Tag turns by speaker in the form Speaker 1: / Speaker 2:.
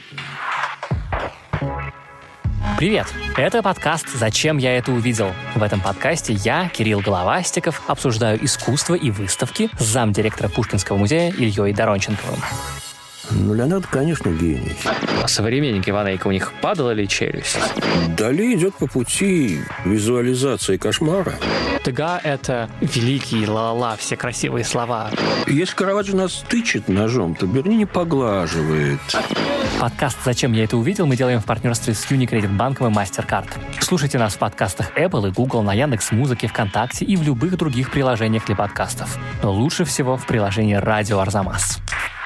Speaker 1: Привет! Это подкаст «Зачем я это увидел?». В этом подкасте я, Кирилл Головастиков, обсуждаю искусство и выставки с замдиректора Пушкинского музея Ильей Доронченковым.
Speaker 2: Леонардо, конечно, гений.
Speaker 1: Современники Ван Эйка, у них падала ли челюсть?
Speaker 2: Дали идет по пути визуализации кошмара.
Speaker 1: Дега — это великий, ла-ла-ла, все красивые слова.
Speaker 2: Если Караваджо нас тычет ножом, то Бернини поглаживает.
Speaker 1: Подкаст «Зачем я это увидел» мы делаем в партнерстве с Unicredit банком и MasterCard. Слушайте нас в подкастах Apple и Google, на Яндекс.Музыке, ВКонтакте и в любых других приложениях для подкастов. Но лучше всего в приложении «Радио Арзамас».